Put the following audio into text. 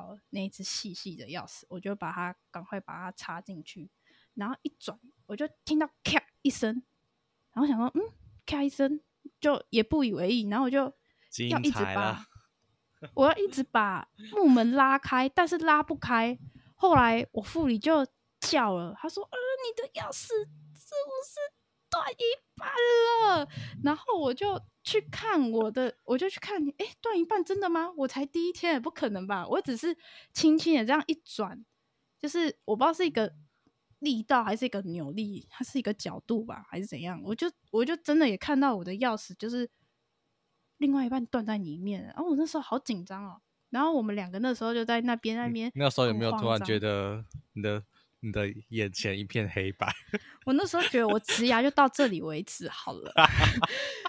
到那一只细细的钥匙，我就赶快把它插进去，然后一转我就听到咔一声，然后想说咔一声就也不以为意，然后我就要精彩了， 我要一直把木门拉开，但是拉不开。后来我副理就叫了，他说：“你的钥匙是不是断一半了？”然后我就去看，断一半真的吗？我才第一天，不可能吧？我只是轻轻的这样一转，就是我不知道是一个力道还是一个扭力，它是一个角度吧，还是怎样？我就真的也看到我的钥匙就是另外一半断在里面，然后我那时候好紧张哦。然后我们两个那时候就在那边那时候有很没有突然觉慌张。 得你的眼前一片黑白？ 我那时候觉得我职涯就到这里为止好了。